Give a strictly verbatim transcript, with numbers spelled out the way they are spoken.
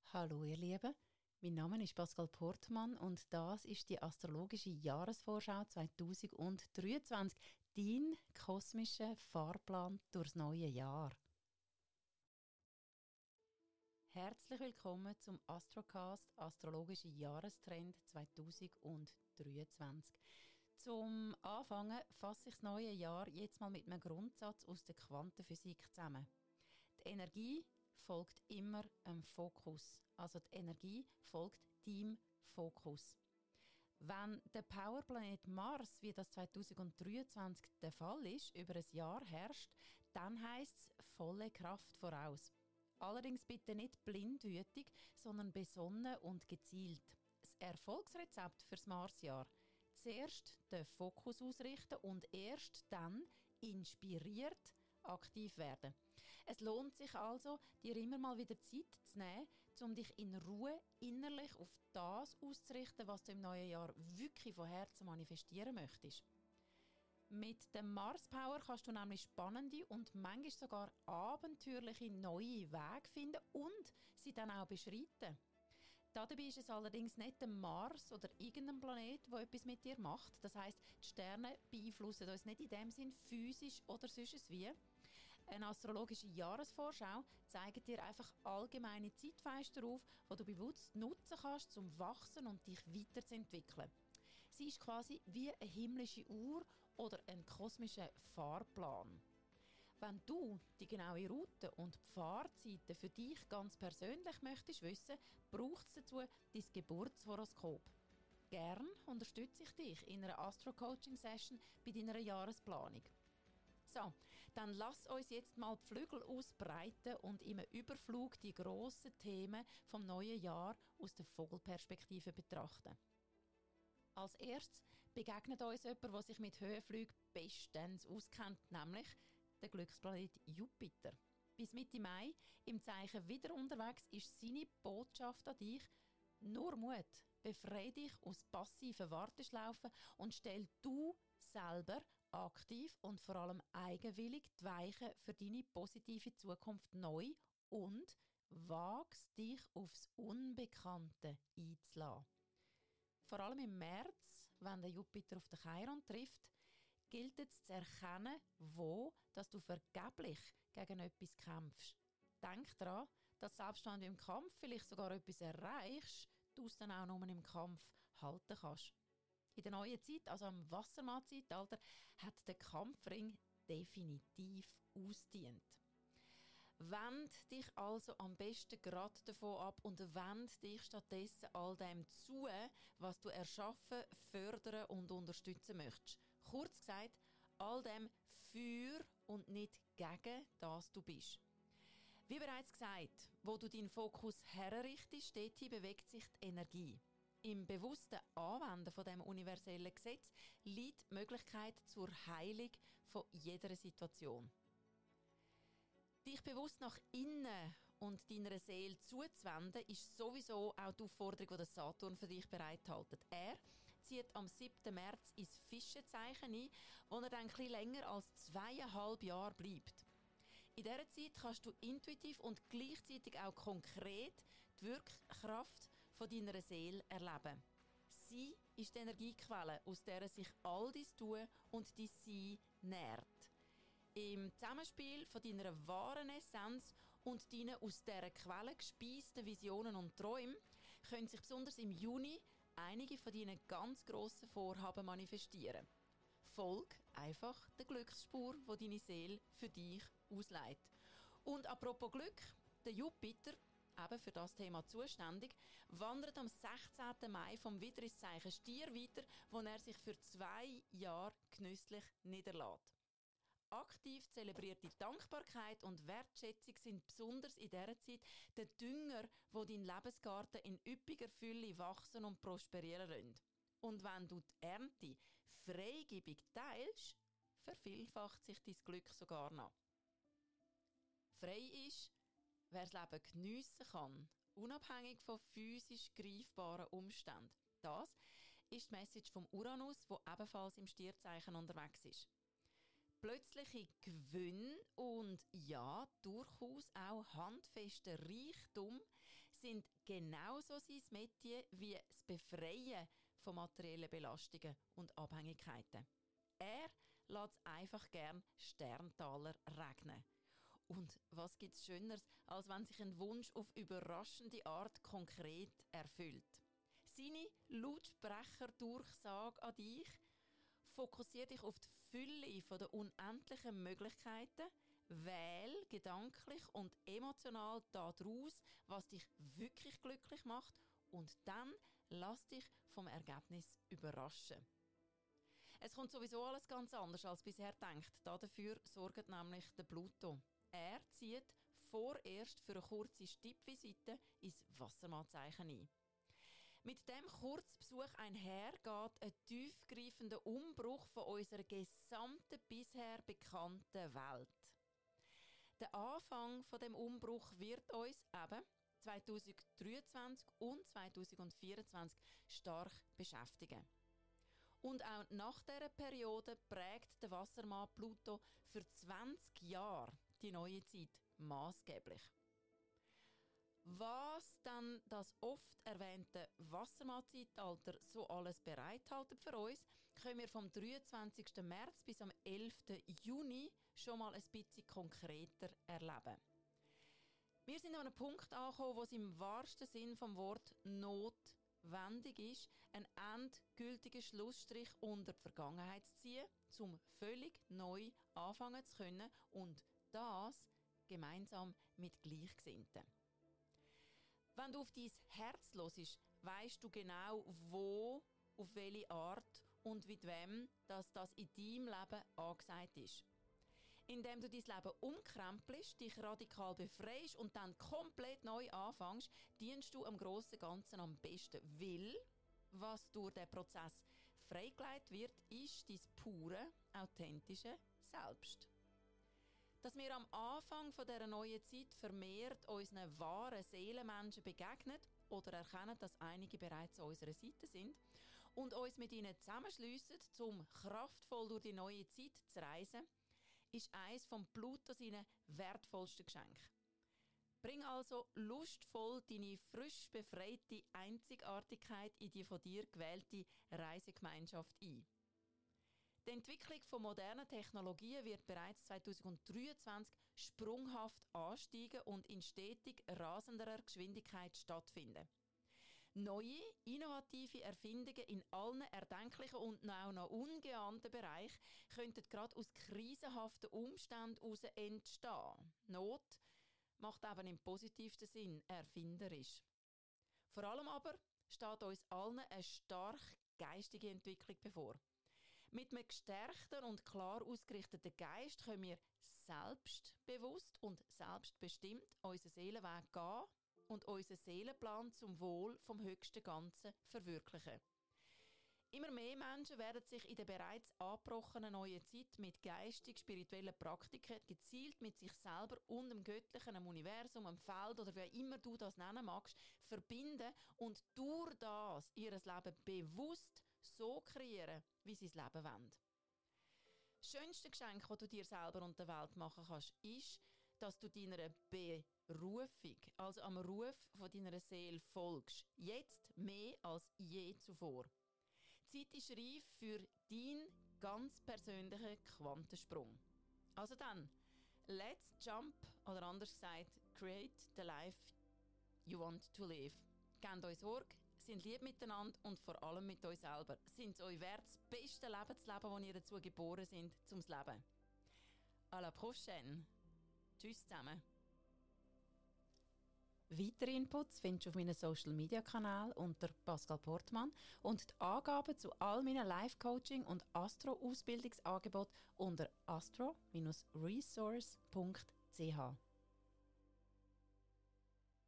Hallo ihr Lieben, mein Name ist Pascal Portmann und das ist die astrologische Jahresvorschau zwanzig dreiundzwanzig, dein kosmischer Fahrplan durchs neue Jahr. Herzlich willkommen zum Astrocast Astrologische Jahrestrend zwanzig dreiundzwanzig. Zum Anfangen fasse ich das neue Jahr jetzt mal mit einem Grundsatz aus der Quantenphysik zusammen. Die Energie folgt immer einem Fokus. Also die Energie folgt deinem Fokus. Wenn der Powerplanet Mars, wie das zwanzig dreiundzwanzig der Fall ist, über ein Jahr herrscht, dann heisst es volle Kraft voraus. Allerdings bitte nicht blindwütig, sondern besonnen und gezielt. Das Erfolgsrezept fürs Marsjahr: zuerst den Fokus ausrichten und erst dann inspiriert aktiv werden. Es lohnt sich also, dir immer mal wieder Zeit zu nehmen, um dich in Ruhe innerlich auf das auszurichten, was du im neuen Jahr wirklich von Herzen manifestieren möchtest. Mit dem Mars Power kannst du nämlich spannende und manchmal sogar abenteuerliche neue Wege finden und sie dann auch beschreiten. Dabei ist es allerdings nicht der Mars oder irgendein Planet, der etwas mit dir macht. Das heisst, die Sterne beeinflussen uns nicht in dem Sinn physisch oder sonst wie. Eine astrologische Jahresvorschau zeigt dir einfach allgemeine Zeitfenster auf, die du bewusst nutzen kannst, um zu wachsen und dich weiterzuentwickeln. Sie ist quasi wie eine himmlische Uhr oder ein kosmischer Fahrplan. Wenn du die genaue Route und die Fahrzeiten für dich ganz persönlich möchtest wissen, braucht es dazu dein Geburtshoroskop. Gern unterstütze ich dich in einer Astro-Coaching-Session bei deiner Jahresplanung. So, dann lass uns jetzt mal die Flügel ausbreiten und im Überflug die grossen Themen vom neuen Jahr aus der Vogelperspektive betrachten. Als erstes begegnet uns jemand, der sich mit Höhenflügen bestens auskennt, nämlich der Glücksplanet Jupiter. Bis Mitte Mai im Zeichen wieder unterwegs ist seine Botschaft an dich: nur Mut, befreie dich aus passiven Warteschlaufen und stell du selber aktiv und vor allem eigenwillig die Weichen für deine positive Zukunft neu und wagst dich aufs Unbekannte einzulassen. Vor allem im März, wenn der Jupiter auf den Chiron trifft, gilt es zu erkennen, wo dass du vergeblich gegen etwas kämpfst. Denk daran, dass selbst wenn du im Kampf vielleicht sogar etwas erreichst, du es dann auch nur im Kampf halten kannst. In der neuen Zeit, also im Wassermann-Zeitalter, hat der Kampfring definitiv ausgedient. Wend dich also am besten gerade davon ab und wend dich stattdessen all dem zu, was du erschaffen, fördern und unterstützen möchtest. Kurz gesagt, all dem für und nicht gegen das du bist. Wie bereits gesagt, wo du deinen Fokus herrichtest, dorthin bewegt sich die Energie. Im bewussten Anwenden von dem universellen Gesetz liegt die Möglichkeit zur Heilung von jeder Situation. Dich bewusst nach innen und deiner Seele zuzuwenden, ist sowieso auch die Aufforderung, die Saturn für dich bereithält. Er zieht am siebten März ins Fischezeichen ein, wo er dann ein bisschen länger als zweieinhalb Jahre bleibt. In dieser Zeit kannst du intuitiv und gleichzeitig auch konkret die Wirkkraft von deiner Seele erleben. Sie ist die Energiequelle, aus der sich all dein Tun und dein Sein nährt. Im Zusammenspiel von deiner wahren Essenz und deinen aus dieser Quelle gespeisten Visionen und Träumen können sich besonders im Juni einige von deinen ganz grossen Vorhaben manifestieren. Folg einfach der Glücksspur, die deine Seele für dich ausleitet. Und apropos Glück, der Jupiter, eben für das Thema zuständig, wandert am sechzehnten Mai vom wieder ins Zeichen Stier weiter, wo er sich für zwei Jahre genüsslich niederlässt. Aktiv zelebrierte Dankbarkeit und Wertschätzung sind besonders in dieser Zeit der Dünger, wo dein Lebensgarten in üppiger Fülle wachsen und prosperieren lässt. Und wenn du die Ernte freigebig teilst, vervielfacht sich dein Glück sogar noch. Frei ist, wer das Leben geniessen kann, unabhängig von physisch greifbaren Umständen. Das ist die Message vom Uranus, der ebenfalls im Stierzeichen unterwegs ist. Plötzliche Gewinne und ja, durchaus auch handfester Reichtum sind genauso sein Metier wie das Befreien von materiellen Belastungen und Abhängigkeiten. Er lässt einfach gern Sterntaler regnen. Und was gibt's Schöneres, als wenn sich ein Wunsch auf überraschende Art konkret erfüllt? Seine Lautsprecherdurchsage an dich: Fokussiere dich auf die Fülle der unendlichen Möglichkeiten, wähl gedanklich und emotional daraus, was dich wirklich glücklich macht, und dann lass dich vom Ergebnis überraschen. Es kommt sowieso alles ganz anders als bisher gedacht. Dafür sorgt nämlich der Pluto. Er zieht vorerst für eine kurze Stippvisite ins Wassermannzeichen ein. Mit dem Kurzbesuch einher geht ein tiefgreifender Umbruch von unserer gesamten bisher bekannten Welt. Der Anfang von dem Umbruch wird uns eben zweitausenddreiundzwanzig und zweitausendvierundzwanzig stark beschäftigen. Und auch nach dieser Periode prägt der Wassermann Pluto für zwanzig Jahre die neue Zeit maßgeblich. Was dann das oft erwähnte Wassermann-Zeitalter so alles bereithält für uns, können wir vom dreiundzwanzigsten März bis am elften Juni schon mal ein bisschen konkreter erleben. Wir sind an einem Punkt angekommen, wo es im wahrsten Sinn vom Wort notwendig ist, einen endgültigen Schlussstrich unter die Vergangenheit zu ziehen, um völlig neu anfangen zu können, und das gemeinsam mit Gleichgesinnten. Wenn du auf dein Herz hörst, weisst du genau, wo, auf welche Art und mit wem dass das in deinem Leben angesagt ist. Indem du dein Leben umkrempelst, dich radikal befreist und dann komplett neu anfängst, dienst du am grossen Ganzen am besten. Weil, was durch den Prozess freigelegt wird, ist dein pure, authentische Selbst. Dass wir am Anfang von dieser neuen Zeit vermehrt unseren wahren Seelenmenschen begegnen oder erkennen, dass einige bereits an unserer Seite sind und uns mit ihnen zusammenschliessen, um kraftvoll durch die neue Zeit zu reisen, ist eines von Pluto seine wertvollsten Geschenke. Bring also lustvoll deine frisch befreite Einzigartigkeit in die von dir gewählte Reisegemeinschaft ein. Die Entwicklung von modernen Technologien wird bereits zweitausenddreiundzwanzig sprunghaft ansteigen und in stetig rasenderer Geschwindigkeit stattfinden. Neue, innovative Erfindungen in allen erdenklichen und auch noch ungeahnten Bereichen könnten gerade aus krisenhaften Umständen heraus entstehen. Not macht eben im positivsten Sinn erfinderisch. Vor allem aber steht uns allen eine stark geistige Entwicklung bevor. Mit einem gestärkten und klar ausgerichteten Geist können wir selbstbewusst und selbstbestimmt unseren Seelenweg gehen und unseren Seelenplan zum Wohl vom höchsten Ganzen verwirklichen. Immer mehr Menschen werden sich in der bereits angebrochenen neuen Zeit mit geistig-spirituellen Praktiken gezielt mit sich selber und dem Göttlichen, dem Universum, dem Feld oder wie immer du das nennen magst, verbinden und durch das ihr Leben bewusst so kreieren, wie sie das Leben wollen. Das schönste Geschenk, das du dir selber und der Welt machen kannst, ist, dass du deiner Berufung, also am Ruf von deiner Seele folgst. Jetzt mehr als je zuvor. Die Zeit ist reif für deinen ganz persönlichen Quantensprung. Also dann, let's jump, oder anders gesagt, create the life you want to live. Gebt euch Sorge, sind lieb miteinander und vor allem mit euch selber. Sind es euch wert, das beste Leben zu leben, das ihr dazu geboren sind, zum Leben. À la prochaine. Tschüss zusammen. Weitere Inputs findest du auf meinem Social-Media-Kanal unter Pascal Portmann und die Angaben zu all meinen Live-Coaching- und Astro-Ausbildungsangeboten unter astro Bindestrich resource Punkt c h.